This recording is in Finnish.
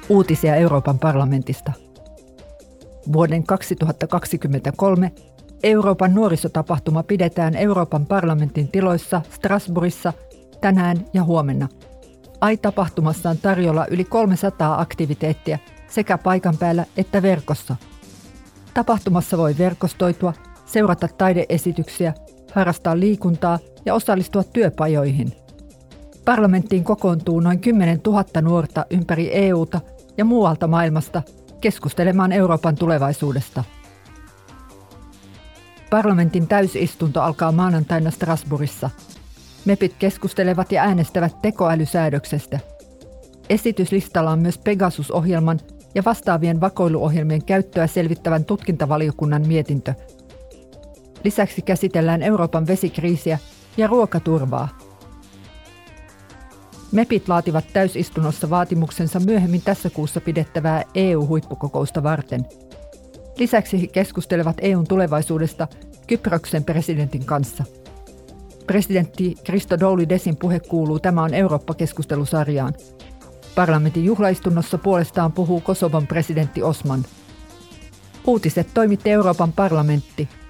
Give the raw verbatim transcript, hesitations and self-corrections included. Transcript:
Uutisia Euroopan parlamentista. Vuoden kaksituhattakaksikymmentäkolme Euroopan nuorisotapahtuma pidetään Euroopan parlamentin tiloissa Strasbourgissa tänään ja huomenna. A I-tapahtumassa on tarjolla yli kolmesataa aktiviteettia sekä paikan päällä että verkossa. Tapahtumassa voi verkostoitua, seurata taideesityksiä, harrastaa liikuntaa ja osallistua työpajoihin. Parlamenttiin kokoontuu noin kymmenen tuhatta nuorta ympäri E U:ta ja muualta maailmasta keskustelemaan Euroopan tulevaisuudesta. Parlamentin täysistunto alkaa maanantaina Strasbourgissa. Mepit keskustelevat ja äänestävät tekoälysäädöksestä. Esityslistalla on myös Pegasus-ohjelman ja vastaavien vakoiluohjelmien käyttöä selvittävän tutkintavaliokunnan mietintö. Lisäksi käsitellään Euroopan vesikriisiä ja ruokaturvaa. Mepit laativat täysistunnossa vaatimuksensa myöhemmin tässä kuussa pidettävää E U-huippukokousta varten. Lisäksi he keskustelevat E U:n tulevaisuudesta Kyproksen presidentin kanssa. Presidentti Christodoulidesin puhe kuuluu Tämä on Eurooppa-keskustelusarjaan. Parlamentin juhlaistunnossa puolestaan puhuu Kosovon presidentti Osman. Uutiset toimitti Euroopan parlamentti.